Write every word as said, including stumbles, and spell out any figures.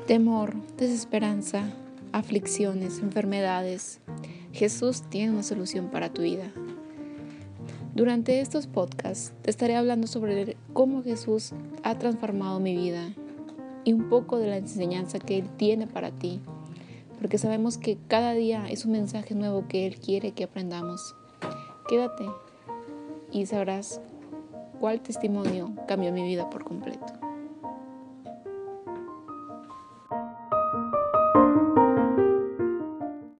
Temor, desesperanza, aflicciones, enfermedades. Jesús tiene una solución para tu vida. Durante estos podcasts te estaré hablando sobre cómo Jesús ha transformado mi vida y un poco de la enseñanza que Él tiene para ti, porque sabemos que cada día es un mensaje nuevo que Él quiere que aprendamos. Quédate y sabrás cuál testimonio cambió mi vida por completo.